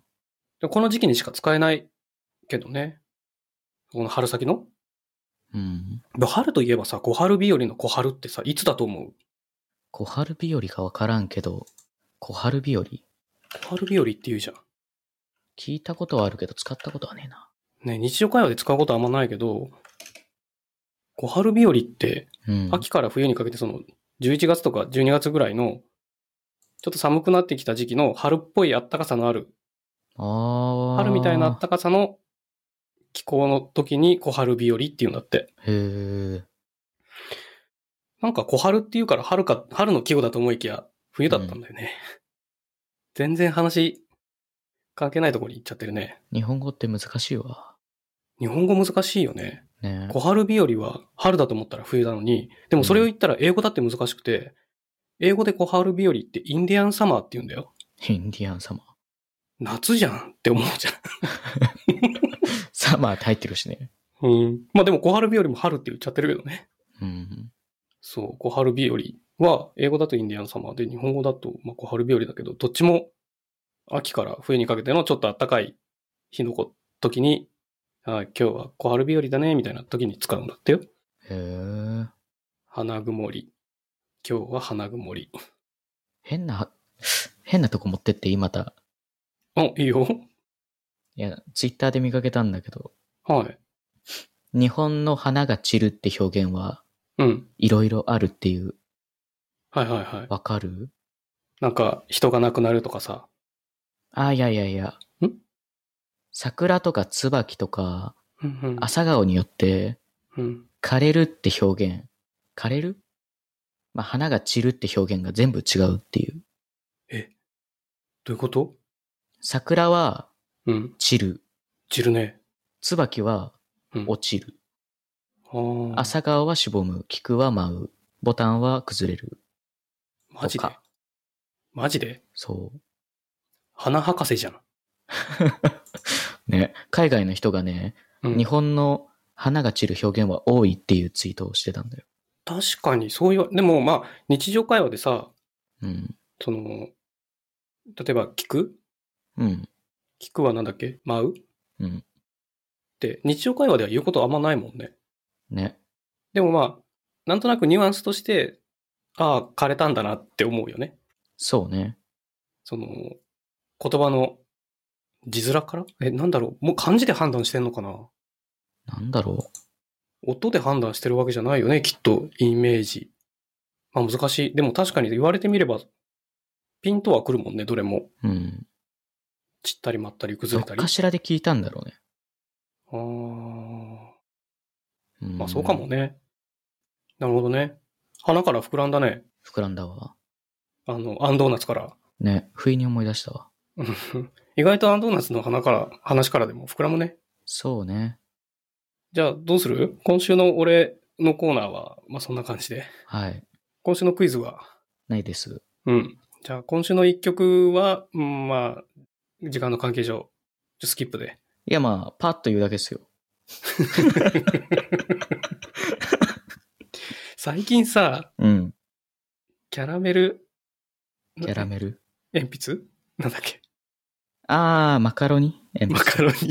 Speaker 1: でこの時期にしか使えないけどね。この春先の。
Speaker 2: うん。
Speaker 1: で春といえばさ、小春日和の小春ってさ、いつだと思う？
Speaker 2: 小春日和かわからんけど、小春日和
Speaker 1: 小春日和って言うじゃん。
Speaker 2: 聞いたことはあるけど使ったことはねえな。
Speaker 1: ね、日常会話で使うことはあんまないけど、小春日和って、
Speaker 2: うん。
Speaker 1: 秋から冬にかけてその、じゅういちがつとかじゅうにがつぐらいの、ちょっと寒くなってきた時期の春っぽい暖かさのある、
Speaker 2: あー。
Speaker 1: 春みたいな暖かさの気候の時に小春日和って言うんだって。
Speaker 2: へー。
Speaker 1: なんか小春って言うから春か、春の季語だと思いきや、冬だったんだよね。うん、全然話、関係ないところに行っちゃってるね。
Speaker 2: 日本語って難しいわ。
Speaker 1: 日本語難しいよね。
Speaker 2: ね。
Speaker 1: 小春日和は春だと思ったら冬なのに、でもそれを言ったら英語だって難しくて、うん、英語で小春日和ってインディアンサマーって言うんだよ。
Speaker 2: インディアンサマー。
Speaker 1: 夏じゃんって思うじゃん。
Speaker 2: サマーって入ってるしね。
Speaker 1: うん。まあでも小春日和も春って言っちゃってるけどね。
Speaker 2: うん。
Speaker 1: そう、小春日和は、英語だとインディアンサマーで、日本語だとまあ小春日和だけど、どっちも秋から冬にかけてのちょっと暖かい日の時に、あ、今日は小春日和だね、みたいな時に使うんだってよ。
Speaker 2: へえ。
Speaker 1: 花曇り。今日は花曇り。
Speaker 2: 変な、変なとこ持ってっていいまた。
Speaker 1: あ、いいよ。
Speaker 2: いや、ツイッターで見かけたんだけど、
Speaker 1: はい。
Speaker 2: 日本の花が散るって表現は、
Speaker 1: うん。
Speaker 2: いろいろあるっていう、
Speaker 1: はいはいはい。
Speaker 2: わかる？
Speaker 1: なんか、人が亡くなるとかさ。
Speaker 2: あ、いやいやいや。
Speaker 1: ん
Speaker 2: 桜とか椿とか、
Speaker 1: うんうん。
Speaker 2: 朝顔によって、
Speaker 1: うん。
Speaker 2: 枯れるって表現、枯れる？まあ、花が散るって表現が全部違うっていう。
Speaker 1: え、どういうこと？
Speaker 2: 桜は
Speaker 1: うん。
Speaker 2: 散る。
Speaker 1: 散るね。
Speaker 2: 椿は
Speaker 1: うん。
Speaker 2: 落ちる。
Speaker 1: ああ。
Speaker 2: 朝顔はしぼむ。菊は舞う。ボタンは崩れる。
Speaker 1: マジで
Speaker 2: とか
Speaker 1: マジで
Speaker 2: そう。
Speaker 1: 花博士じゃん。
Speaker 2: ね、海外の人がね、
Speaker 1: うん、
Speaker 2: 日本の花が散る表現は多いっていうツイートをしてたんだよ。
Speaker 1: 確かに、そういう、でもまあ、日常会話でさ、
Speaker 2: うん。
Speaker 1: その、例えば、聞く
Speaker 2: うん。
Speaker 1: 聞くはなんだっけ舞うっ
Speaker 2: うん。
Speaker 1: て、日常会話では言うことあんまないもんね。
Speaker 2: ね。
Speaker 1: でもまあ、なんとなくニュアンスとして、ああ、枯れたんだなって思うよね。
Speaker 2: そうね。
Speaker 1: その、言葉の字面からえ、なんだろうもう漢字で判断してんのかな？
Speaker 2: なんだろ
Speaker 1: 音で判断してるわけじゃないよね、きっと、イメージ。まあ難しい。でも確かに言われてみれば、ピンとは来るもんね、どれも。
Speaker 2: う。うん。
Speaker 1: 散ったりまったり
Speaker 2: ど
Speaker 1: 崩れたり。
Speaker 2: っかしらで聞いたんだろうね。
Speaker 1: ああ。
Speaker 2: うん
Speaker 1: まあそうかもね。なるほどね。花から膨らんだね。
Speaker 2: 膨らんだわ。
Speaker 1: あの、アンドーナツから。
Speaker 2: ね。不意に思い出したわ。
Speaker 1: 意外とアンドーナツの花から、話からでも膨らむね。
Speaker 2: そうね。
Speaker 1: じゃあどうする？今週の俺のコーナーは、まあそんな感じで。
Speaker 2: はい。
Speaker 1: 今週のクイズは、
Speaker 2: ないです。
Speaker 1: うん。じゃあ今週の一曲は、うん、まあ、時間の関係上、スキップで。
Speaker 2: いやまあ、パッと言うだけですよ。
Speaker 1: 最近さ、
Speaker 2: うん。
Speaker 1: キャラメル、
Speaker 2: キャラメル。
Speaker 1: 鉛筆なんだっけ？
Speaker 2: あー、マカロニ鉛筆。
Speaker 1: マカロニ。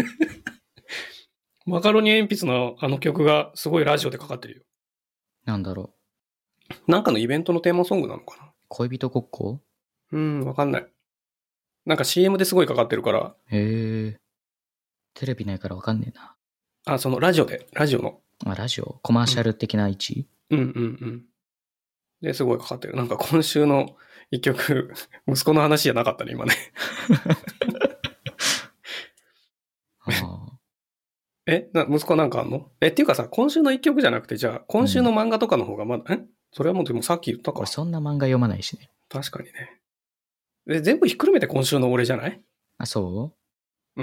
Speaker 1: マカロニ鉛筆のあの曲がすごいラジオでかかってるよ。
Speaker 2: なんだろ
Speaker 1: う。なんかのイベントのテーマソングなのかな？
Speaker 2: 恋人ごっこ？
Speaker 1: うーん、わかんない。なんか シーエム ですごいかかってるから。
Speaker 2: へえ。テレビないからわかんねえな。
Speaker 1: あ、そのラジオで、ラジオの。
Speaker 2: あ、ラジオコマーシャル的な位置、
Speaker 1: うん、うん、うんうんで、すごいかかってる。なんか今週の一曲、息子の話じゃなかったね、今ね。
Speaker 2: あ
Speaker 1: えな息子なんかあんの？え、っていうかさ、今週の一曲じゃなくて、じゃあ、今週の漫画とかの方がまだ、うん、えそれはもうでもさっき言ったか。
Speaker 2: 俺そんな漫画読まないしね。
Speaker 1: 確かにね。え、全部ひっくるめて今週の俺じゃない？
Speaker 2: あ、そう
Speaker 1: うん。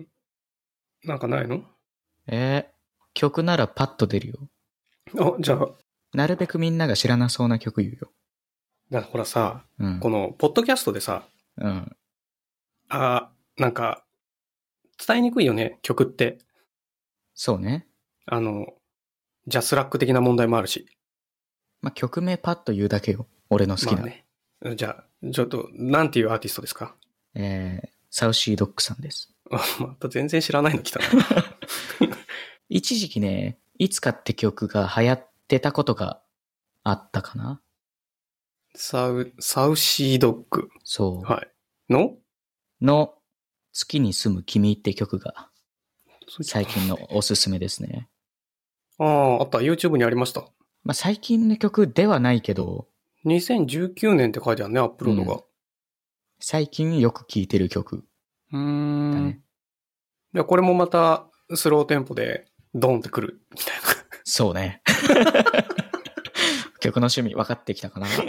Speaker 1: なんかないの？
Speaker 2: えー、曲ならパッと出るよ。
Speaker 1: あ、じゃあ、
Speaker 2: なるべくみんなが知らなそうな曲言うよ。
Speaker 1: だからほらさ、
Speaker 2: うん。
Speaker 1: この、ポッドキャストでさ、
Speaker 2: うん。
Speaker 1: あなんか、伝えにくいよね、曲って。
Speaker 2: そうね。
Speaker 1: あの、ジャスラック的な問題もあるし。
Speaker 2: まあ、曲名パッと言うだけよ。俺の好きな。
Speaker 1: まあね。じゃあ、ちょっと、なんていうアーティストですか？
Speaker 2: えー、サウシードッグさんです。
Speaker 1: また全然知らないの来たな。
Speaker 2: 一時期ね、いつかって曲が流行ってたことがあったかな。
Speaker 1: サウ、サウシードッグ。
Speaker 2: そう。
Speaker 1: はい。の
Speaker 2: の、月に住む君って曲が、最近のおすすめですね。
Speaker 1: ああ、あった。YouTube にありました。
Speaker 2: まあ、最近の曲ではないけど、
Speaker 1: にせんじゅうきゅうねんって書いてあるね、アップロードが。
Speaker 2: うん、最近よく聴いてる曲。
Speaker 1: うーん。
Speaker 2: だね。
Speaker 1: いや、これもまた、スローテンポで、ドンってくる、みたいな。
Speaker 2: そうね。曲の趣味分かってきたかな。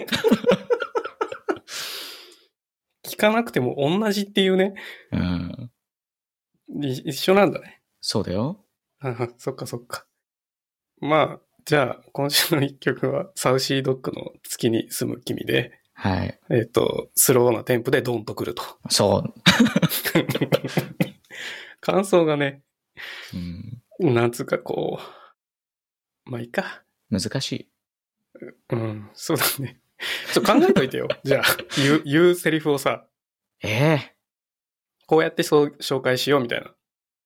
Speaker 1: 聞かなくても同じっていうね。
Speaker 2: うん。
Speaker 1: 一緒なんだね。
Speaker 2: そうだよ。
Speaker 1: あそっかそっか。まあ、じゃあ、今週の一曲は、サウシードッグの月に住む君で、
Speaker 2: はい。
Speaker 1: えっと、スローなテンポでドンとくると。
Speaker 2: そう。
Speaker 1: 感想がね、
Speaker 2: うん。
Speaker 1: なんつうかこう、まあいいか。
Speaker 2: 難しい。
Speaker 1: うん、そうだね。ちょっと考えといてよ。じゃあ、言う、言うセリフをさ、
Speaker 2: ええ
Speaker 1: こうやってそう紹介しようみたいな。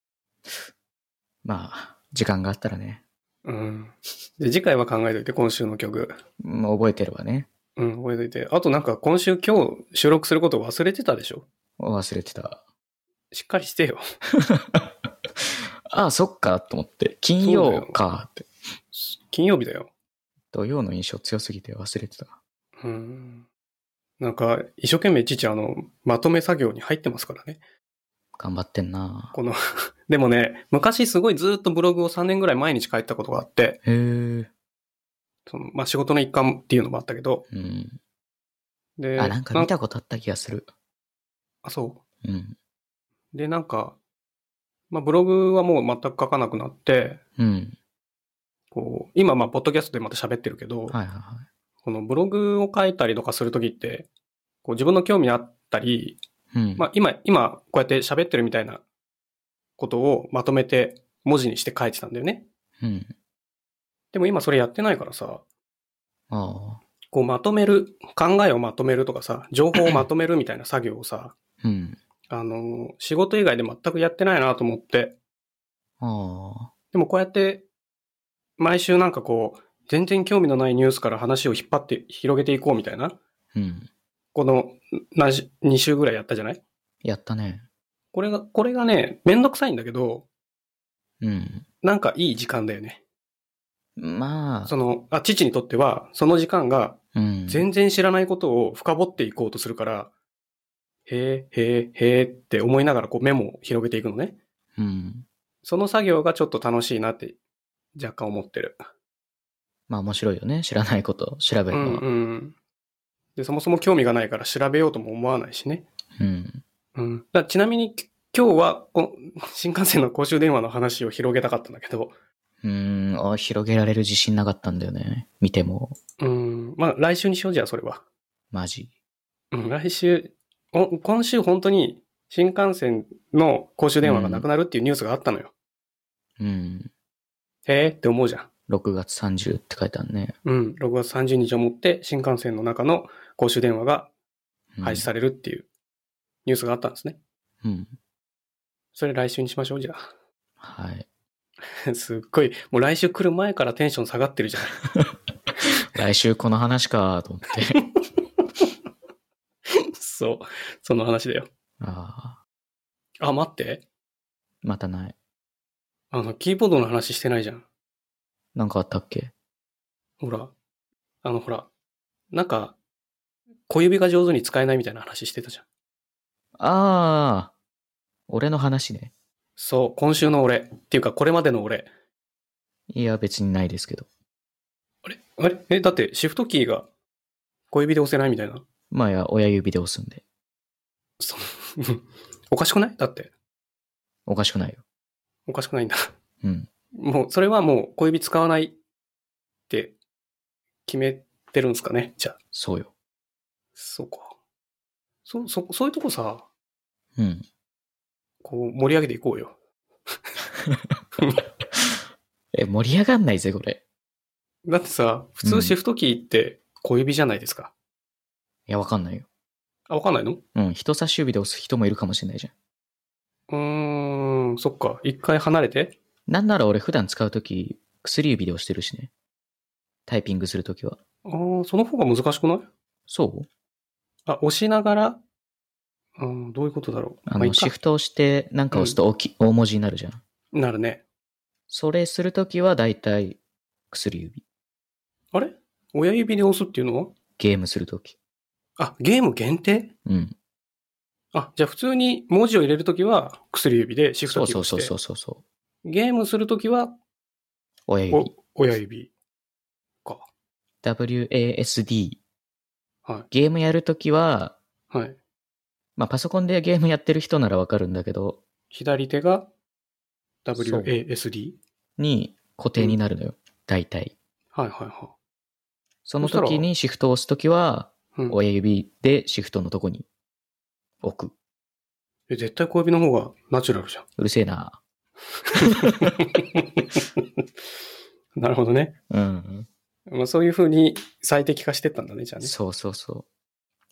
Speaker 2: まあ、時間があったらね。
Speaker 1: うん。で、次回は考えといて、今週の曲。
Speaker 2: まあ覚えてるわね。
Speaker 1: うん、覚えといて。あとなんか今週今日収録すること忘れてたでしょ？
Speaker 2: 忘れてた。
Speaker 1: しっかりしてよ。
Speaker 2: ああ、そっか、と思って。金曜か、って。
Speaker 1: 金曜日だよ。
Speaker 2: 土曜の印象強すぎて忘れてた。
Speaker 1: うん。なんか、一生懸命父あの、まとめ作業に入ってますからね。
Speaker 2: 頑張ってんな。
Speaker 1: この、でもね、昔すごいずっとブログをさんねんぐらい毎日書いてたことがあって、
Speaker 2: へえ。
Speaker 1: その、まあ、仕事の一環っていうのもあったけど、
Speaker 2: うん。
Speaker 1: で、
Speaker 2: あ、なんか見たことあった気がする。
Speaker 1: あ、そ
Speaker 2: うん。
Speaker 1: う。で、なんか、まあ、ブログはもう全く書かなくなって、
Speaker 2: うん。
Speaker 1: こう、今まあ、ポッドキャストでまた喋ってるけど、
Speaker 2: はいはいはい。
Speaker 1: このブログを書いたりとかするときって、こう自分の興味あったり、
Speaker 2: うん。
Speaker 1: まあ今、今こうやって喋ってるみたいなことをまとめて文字にして書いてたんだよね。
Speaker 2: うん。
Speaker 1: でも今それやってないからさ、
Speaker 2: ああ。
Speaker 1: こうまとめる、考えをまとめるとかさ、情報をまとめるみたいな作業をさ、
Speaker 2: うん。
Speaker 1: あの、仕事以外で全くやってないなと思って、
Speaker 2: ああ。
Speaker 1: でもこうやって毎週なんかこう、全然興味のないニュースから話を引っ張って広げていこうみたいな、
Speaker 2: うん。
Speaker 1: このに週ぐらいやったじゃない？
Speaker 2: やったね。
Speaker 1: これが、これがね、めんどくさいんだけど、
Speaker 2: うん。
Speaker 1: なんかいい時間だよね。
Speaker 2: まあ。
Speaker 1: その、あ、父にとっては、その時間が、
Speaker 2: うん。
Speaker 1: 全然知らないことを深掘っていこうとするから、へえ、へえ、へえって思いながらこうメモを広げていくのね。
Speaker 2: うん。
Speaker 1: その作業がちょっと楽しいなって若干思ってる。
Speaker 2: まあ面白いよね。知らないこと調べるのは。
Speaker 1: うんうん。で、そもそも興味がないから調べようとも思わないしね。
Speaker 2: うん。
Speaker 1: うん。だちなみに今日はこ新幹線の公衆電話の話を広げたかったんだけど、
Speaker 2: うーん。あ、広げられる自信なかったんだよね。見ても。
Speaker 1: うん。まあ来週にしようじゃあそれは。
Speaker 2: マジ。
Speaker 1: うん、来週、お今週本当に新幹線の公衆電話がなくなるっていうニュースがあったのよ。
Speaker 2: うん。
Speaker 1: へーって思うじゃん。
Speaker 2: ろくがつさんじゅうって書いてあるね。
Speaker 1: うん。ろくがつさんじゅうにちをもって新幹線の中の公衆電話が
Speaker 2: うん、
Speaker 1: 廃止されるっていうニュースがあったんですね。
Speaker 2: うん。
Speaker 1: それ来週にしましょう、じゃ
Speaker 2: はい。
Speaker 1: あ。すっごい、もう来週来る前からテンション下がってるじゃない。
Speaker 2: 来週この話かと思って。
Speaker 1: そう。その話だよ。
Speaker 2: あ
Speaker 1: あ。あ、待って。
Speaker 2: またない。
Speaker 1: あの、キーボードの話してないじゃん。
Speaker 2: なんかあったっけ？
Speaker 1: ほら。あの、ほら。なんか、小指が上手に使えないみたいな話してたじゃん。
Speaker 2: ああ、俺の話ね。
Speaker 1: そう、今週の俺。っていうか、これまでの俺。
Speaker 2: いや、別にないですけど。
Speaker 1: あれあれえ、だってシフトキーが小指で押せないみたいな。
Speaker 2: まあや、親指で押すんで。
Speaker 1: そう。おかしくない？だって。
Speaker 2: おかしくないよ。
Speaker 1: おかしくないんだ。
Speaker 2: うん。
Speaker 1: もう、それはもう小指使わないって決めてるんですかね、じゃあ。
Speaker 2: そうよ。
Speaker 1: そうか。そ、そ、そういうとこさ、
Speaker 2: うん。
Speaker 1: こう盛り上げていこうよ。
Speaker 2: え、盛り上がんないぜ、これ。
Speaker 1: だってさ、普通シフトキーって小指じゃないですか。
Speaker 2: いや、わかんないよ。
Speaker 1: あ、わかんないの？
Speaker 2: うん、人差し指で押す人もいるかもしれないじゃん。
Speaker 1: うーん、そっか。一回離れて。
Speaker 2: なんなら俺普段使うとき、薬指で押してるしね。タイピングするときは。
Speaker 1: ああ、その方が難しくない？
Speaker 2: そう
Speaker 1: あ、押しながら、うん、どういうことだろう。
Speaker 2: あの、
Speaker 1: まあいいか
Speaker 2: シフトをしてなんか押すと大き、大文字になるじゃん。
Speaker 1: なるね。
Speaker 2: それするときはだいたい薬指。
Speaker 1: あれ？親指で押すっていうのは？
Speaker 2: ゲームするとき。
Speaker 1: あ、ゲーム限定？
Speaker 2: うん。
Speaker 1: あ、じゃあ普通に文字を入れるときは薬指でシフ
Speaker 2: そうそう
Speaker 1: トキーを押して。
Speaker 2: そうそうそうそう。
Speaker 1: ゲームするときは
Speaker 2: 親指。
Speaker 1: お親指か。
Speaker 2: ダブリューエーエスディー。
Speaker 1: はい。
Speaker 2: ゲームやるときは、
Speaker 1: はい。
Speaker 2: まあパソコンでゲームやってる人ならわかるんだけど、
Speaker 1: 左手が ダブリューエーエスディー？
Speaker 2: に固定になるのよ。大体。
Speaker 1: はいはいは
Speaker 2: その時にシフトを押すときは、
Speaker 1: い。うん。
Speaker 2: 親指でシフトのとこに置く。
Speaker 1: え、絶対小指の方がナチュラルじゃん。
Speaker 2: うるせえな。
Speaker 1: なるほどね。
Speaker 2: うん。
Speaker 1: まあ、そういう風に最適化してったんだね、じゃあね。
Speaker 2: そうそうそう。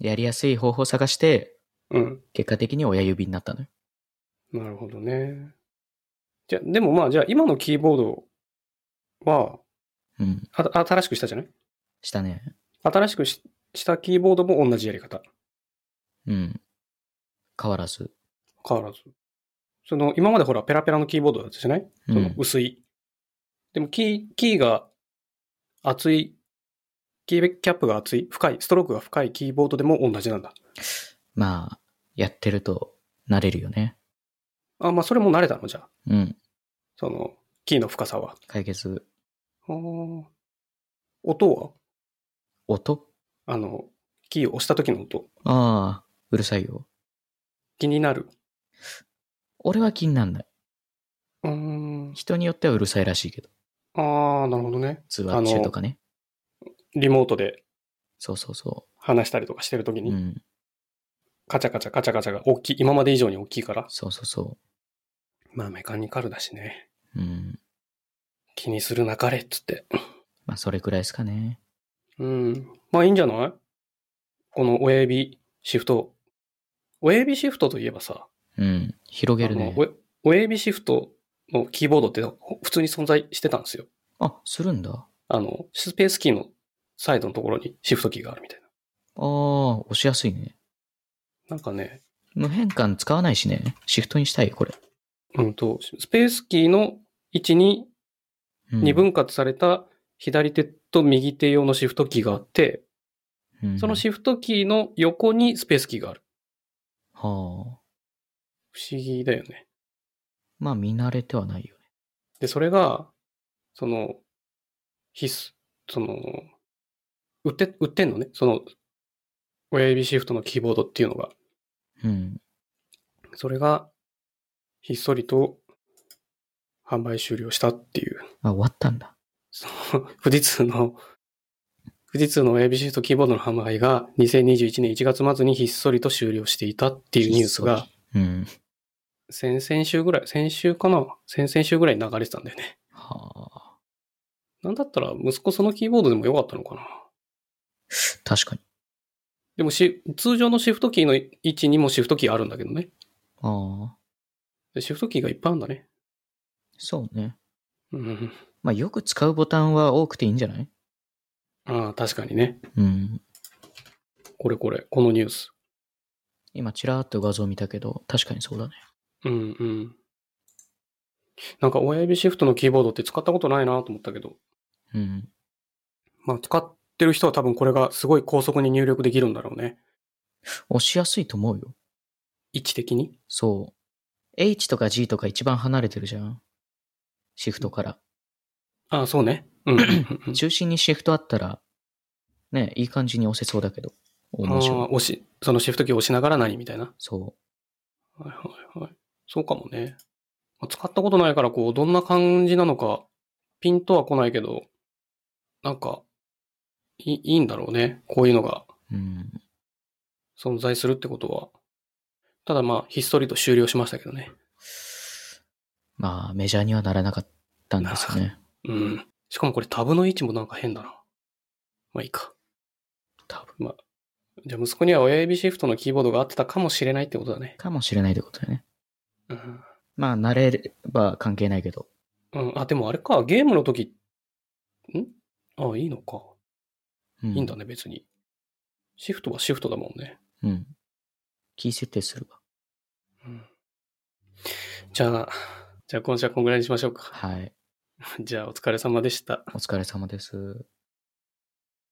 Speaker 2: やりやすい方法を探して、
Speaker 1: うん。
Speaker 2: 結果的に親指になったのよ。
Speaker 1: なるほどね。じゃあ、でもまあ、じゃあ今のキーボードは、
Speaker 2: うん。
Speaker 1: あ新しくしたじゃない？
Speaker 2: したね。
Speaker 1: 新しくししたキーボードも同じやり方。
Speaker 2: うん。変わらず。
Speaker 1: 変わらず。その、今までほら、ペラペラのキーボードだったじゃない？
Speaker 2: うん
Speaker 1: その、薄い。でも、キー、キーが厚い、キーキャップが厚い、深い、ストロークが深いキーボードでも同じなんだ。
Speaker 2: まあ、やってると慣れるよね。
Speaker 1: あ、まあ、それも慣れたのじゃあ。
Speaker 2: うん。
Speaker 1: その、キーの深さは。
Speaker 2: 解決。
Speaker 1: あー音は
Speaker 2: 音
Speaker 1: あの、キーを押した時の音。
Speaker 2: ああ、うるさいよ。
Speaker 1: 気になる。
Speaker 2: 俺は気になんない。
Speaker 1: うーん。
Speaker 2: 人によってはうるさいらしいけど。
Speaker 1: ああ、なるほどね。
Speaker 2: 通話中とかね。
Speaker 1: リモートで
Speaker 2: そうそうそ
Speaker 1: 話したりとかしてる時
Speaker 2: う。う
Speaker 1: に、
Speaker 2: ん。
Speaker 1: カチャカチャカチャカチャが大きい、今まで以上に大きいから。
Speaker 2: そうそうそ
Speaker 1: まあメカニカルだしね。
Speaker 2: う。うん。
Speaker 1: 気にするなかれっつって。
Speaker 2: まあ、それくらいですかね。
Speaker 1: うん。まあいいんじゃない？この親指シフト。親指シフトといえばさ、
Speaker 2: うん。広げるね。
Speaker 1: あの親指シフトのキーボードって普通に存在してたんですよ。
Speaker 2: あ、するんだ。
Speaker 1: あの、スペースキーのサイドのところにシフトキーがあるみたいな。
Speaker 2: ああ、押しやすいね。
Speaker 1: なんかね、
Speaker 2: 無変換使わないしね。シフトにしたい、これ。
Speaker 1: うんと、スペースキーの位置に
Speaker 2: うん、
Speaker 1: 二分割された左手と右手用のシフトキーがあって、
Speaker 2: うん、
Speaker 1: そのシフトキーの横にスペースキーがある。
Speaker 2: はあ。
Speaker 1: 不思議だよね。
Speaker 2: まあ、見慣れてはないよね。
Speaker 1: で、それが、その、必須、その、売って、売ってんのね。その、親指シフトのキーボードっていうのが。
Speaker 2: うん。
Speaker 1: それが、ひっそりと販売終了したっていう。
Speaker 2: あ、終わったんだ。
Speaker 1: その、富士通の、富士通の親指シフトキーボードの販売がにせんにじゅういちねんいちがつ末にひっそりと終了していたっていうニュースが、
Speaker 2: うん。
Speaker 1: 先々週ぐらい、先週かな先々週ぐらいに流れてたんだよね。
Speaker 2: はあ。
Speaker 1: なんだったら息子そのキーボードでもよかったのかな。
Speaker 2: 確かに。
Speaker 1: でもし、通常のシフトキーの位置にもシフトキーあるんだけどね。
Speaker 2: ああ。
Speaker 1: でシフトキーがいっぱいあるんだね。
Speaker 2: そうね。
Speaker 1: うん。
Speaker 2: まあ、よく使うボタンは多くていいんじゃない？
Speaker 1: ああ、確かにね。
Speaker 2: うん。
Speaker 1: これこれ、このニュース。
Speaker 2: 今、ちらーっと画像見たけど、確かにそうだね。
Speaker 1: うんうん。なんか親指シフトのキーボードって使ったことないなと思ったけど。
Speaker 2: うん。
Speaker 1: まあ使ってる人は多分これがすごい高速に入力できるんだろうね。
Speaker 2: 押しやすいと思うよ。
Speaker 1: 位置的に。
Speaker 2: そう。H とか G とか一番離れてるじゃん。シフトから。
Speaker 1: ああ、そうね。うんうんうん。
Speaker 2: 中心にシフトあったら、ね、いい感じに押せそうだけど。面
Speaker 1: あ
Speaker 2: 白い。
Speaker 1: あ、押し、そのシフトキーを押しながら何みたいな。
Speaker 2: そ
Speaker 1: はいはいはい。そうかもね。まあ使ったことないからこう、どんな感じなのか、ピンとは来ないけど、なんか、いいいいんだろうね。こういうのが
Speaker 2: う。うん。
Speaker 1: 存在するってことは。ただまあ、ひっそりと終了しましたけどね。
Speaker 2: まあ、メジャーにはならなかったんですよね。
Speaker 1: うん。しかもこれタブの位置もなんか変だな。まあいいか。
Speaker 2: 多分。
Speaker 1: まあ、じゃあ息子には親指シフトのキーボードが合ってたかもしれないってことだね。
Speaker 2: かもしれないってことだよね。
Speaker 1: うん。
Speaker 2: まあ、慣れれば関係ないけど。
Speaker 1: うん。あ、でもあれか、ゲームの時、んあ、いいのか。
Speaker 2: うん、
Speaker 1: いいんだね、別に。シフトはシフトだもんね。
Speaker 2: うん。キー設定するわ。
Speaker 1: うん。じゃあ、じゃあ今週はこんぐらいにしましょうか。
Speaker 2: はい。
Speaker 1: じゃあお疲れ様でした。
Speaker 2: お疲れ様です。